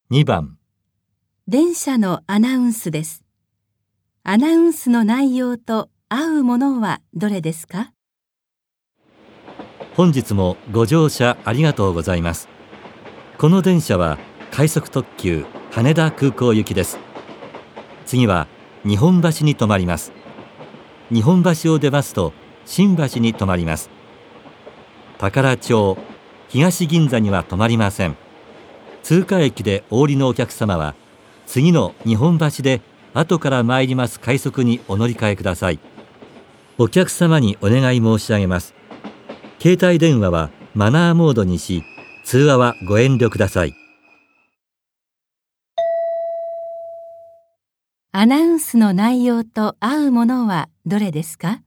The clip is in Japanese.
2番、 電車のアナウンスです。アナウンスの内容と合うものはどれですか？ 本日もご乗車ありがとうございます。この電車は快速特急羽田空港行きです。次は日本橋に停まります。日本橋を出ますと新橋に停まります。宝町、東銀座には停まりません。通過駅でお降りのお客様は次の日本橋で後から参ります快速にお乗り換えください。お客様にお願い申し上げます。携帯電話はマナーモードにし、通話はご遠慮ください。 アナウンスの内容と合うものはどれですか？